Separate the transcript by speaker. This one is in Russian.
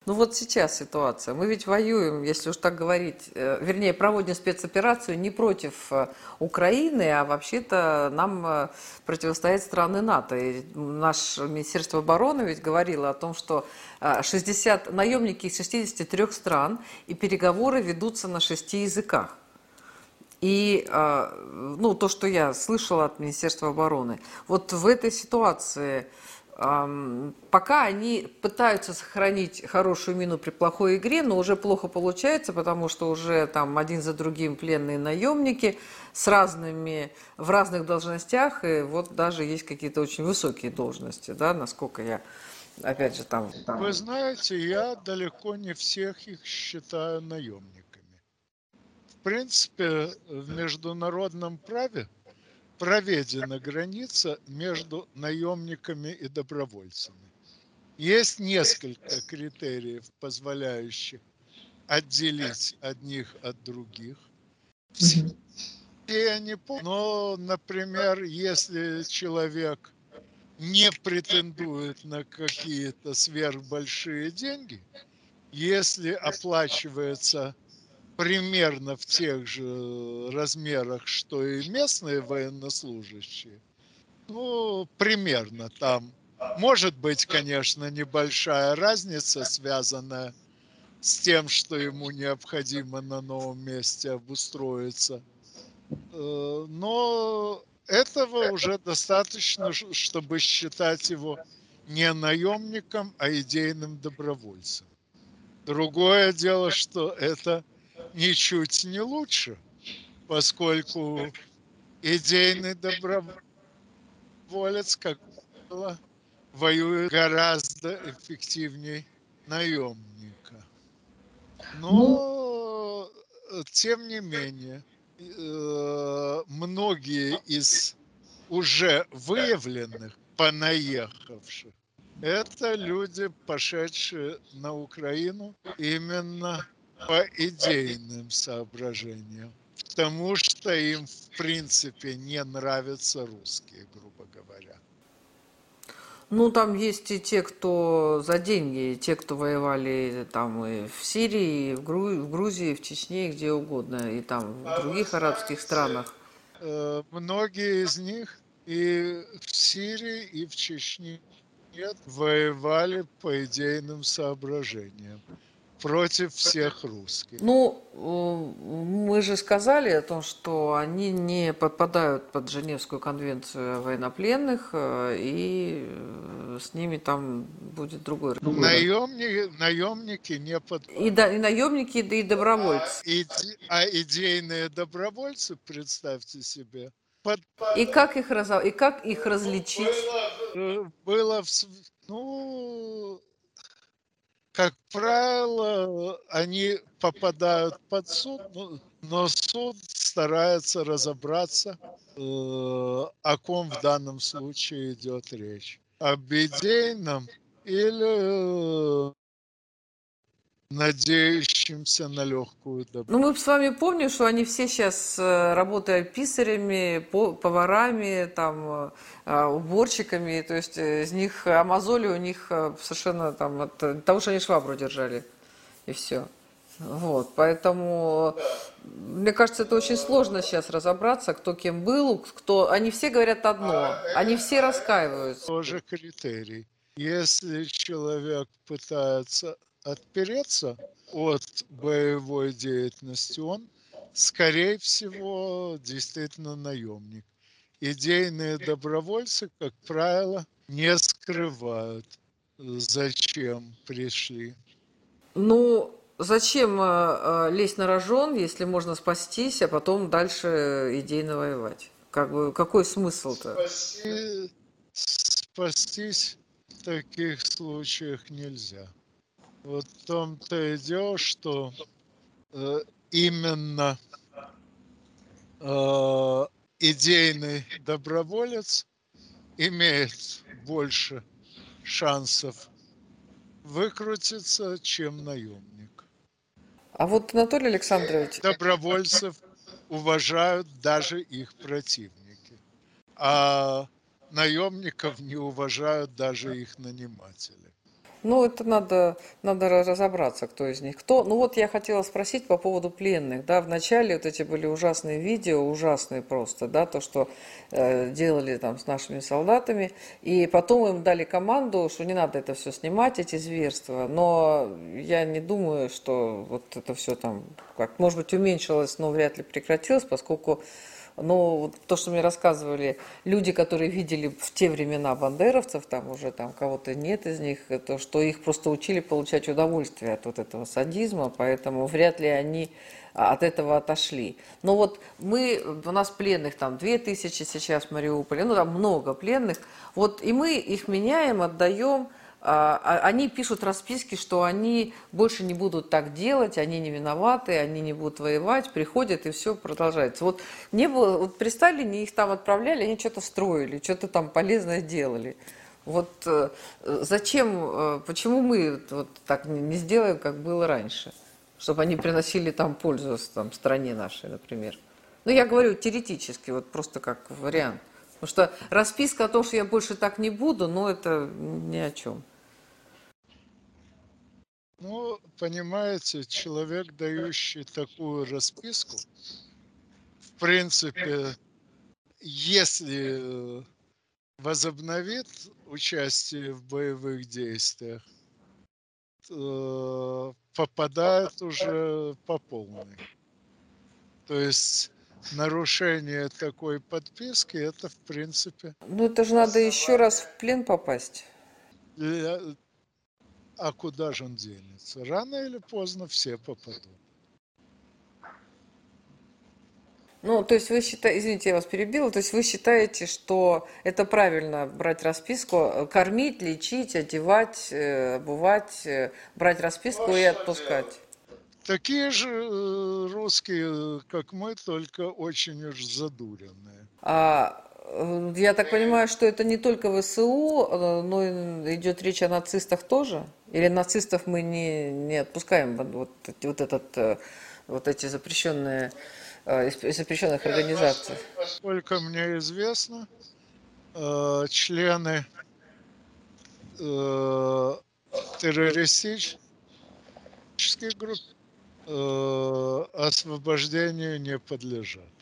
Speaker 1: Ну вот сейчас ситуация. Мы ведь воюем, если уж так говорить, вернее, проводим спецоперацию не против Украины, а вообще-то нам противостоят страны НАТО. И наше Министерство обороны ведь говорило о том, что 60 наемники из 63 стран, и переговоры ведутся на 6 языках. И ну, то, что я слышала от Министерства обороны, вот в этой ситуации пока они пытаются сохранить хорошую мину при плохой игре, но уже плохо получается, потому что уже там один за другим пленные наемники с разными, в разных должностях, и вот даже есть какие-то очень высокие должности, да, насколько я, опять же, там.
Speaker 2: Вы знаете, я далеко не всех их считаю наемниками. В принципе, в международном праве проведена граница между наемниками и добровольцами. Есть несколько критериев, позволяющих отделить одних от других. Все они, но, например, если человек не претендует на какие-то сверхбольшие деньги, если оплачивается примерно в тех же размерах, что и местные военнослужащие, ну, примерно там. Может быть, конечно, небольшая разница, связанная с тем, что ему необходимо на новом месте обустроиться. Но этого уже достаточно, чтобы считать его не наемником, а идейным добровольцем. Другое дело, что это ничуть не лучше, поскольку идейный доброволец, как правило, воюет гораздо эффективнее наемника. Но, тем не менее, многие из уже выявленных понаехавших, это люди, пошедшие на Украину именно по идейным соображениям. Потому что им, в принципе, не нравятся русские, грубо говоря.
Speaker 1: Ну, там есть и те, кто за деньги, те, кто воевали там и в Сирии, и в Грузии, в Чечне, и где угодно, и там в других арабских странах.
Speaker 2: Многие из них и в Сирии, и в Чечне воевали по идейным соображениям против всех русских.
Speaker 1: Ну, мы же сказали о том, что они не подпадают под Женевскую конвенцию о военнопленных, и с ними там будет другой.
Speaker 2: Наемники не
Speaker 1: И, да, и
Speaker 2: подпадают.
Speaker 1: наемники, да и добровольцы.
Speaker 2: А идейные добровольцы, представьте себе,
Speaker 1: И как их различить?
Speaker 2: было, ну, как правило, они попадают под суд, но суд старается разобраться, о ком в данном случае идет речь. Об идейном или надеющимся на легкую
Speaker 1: Ну,
Speaker 2: добычу.
Speaker 1: мы с вами помним, что они все сейчас работают писарями, поварами, там, уборщиками, то есть из них, а мозоли у них совершенно там от того, что они швабру держали, и все. Вот, поэтому, мне кажется, это очень сложно сейчас разобраться, кто кем был, кто... Они все говорят одно, они все раскаиваются.
Speaker 2: Тоже критерий. Если человек пытается отпереться от боевой деятельности, он, скорее всего, действительно наемник. Идейные добровольцы, как правило, не скрывают, зачем пришли.
Speaker 1: Ну, зачем лезть на рожон, если можно спастись, а потом дальше идейно воевать? Как бы, какой смысл-то?
Speaker 2: Спастись в таких случаях нельзя. Вот в том-то и дело, что именно э, идейный доброволец имеет больше шансов выкрутиться, чем наемник.
Speaker 1: А вот, Анатолий Александрович,
Speaker 2: Добровольцев уважают даже их противники, а наемников не уважают даже их наниматели.
Speaker 1: Ну, это надо разобраться, кто из них кто. Ну, вот я хотела спросить по поводу пленных, да, вначале вот эти были ужасные видео, ужасные просто, да, то, что делали там с нашими солдатами, и потом им дали команду, что не надо это все снимать, эти зверства, но я не думаю, что вот это все там, как, может быть, уменьшилось, но вряд ли прекратилось, поскольку но вот то, что мне рассказывали люди, которые видели в те времена бандеровцев, там уже там кого-то нет из них, то, что их просто учили получать удовольствие от вот этого садизма, поэтому вряд ли они от этого отошли. Но вот у нас пленных там 2000 сейчас в Мариуполе, ну там много пленных, вот и мы их меняем, отдаем, они пишут расписки, что они больше не будут так делать, они не виноваты, они не будут воевать, приходят и все продолжается. Вот не было, вот при Сталине их там отправляли, они что-то строили, что-то там полезное делали. Вот зачем, почему мы вот так не сделаем, как было раньше, чтобы они приносили там пользу там, стране нашей, например. Ну, я говорю теоретически, вот просто как вариант. Потому что расписка о том, что я больше так не буду, но это ни о чем.
Speaker 2: Ну, понимаете, человек, дающий такую расписку, в принципе, если возобновит участие в боевых действиях, попадает уже по полной. То есть нарушение такой подписки, это в принципе...
Speaker 1: Ну, это же надо еще раз в плен попасть.
Speaker 2: А куда же он денется? Рано или поздно все попадут.
Speaker 1: Ну, то есть вы считаете, извините, я вас перебила, то есть вы считаете, что это правильно брать расписку, кормить, лечить, одевать, обувать, брать расписку и отпускать?
Speaker 2: Такие же русские, как мы, только очень уж задуренные.
Speaker 1: Я так понимаю, что это не только ВСУ, но идет речь о нацистах тоже? Или нацистов мы не отпускаем вот эти запрещенные из запрещенных организаций?
Speaker 2: Сколько мне известно, члены э, террористических групп освобождению не подлежат.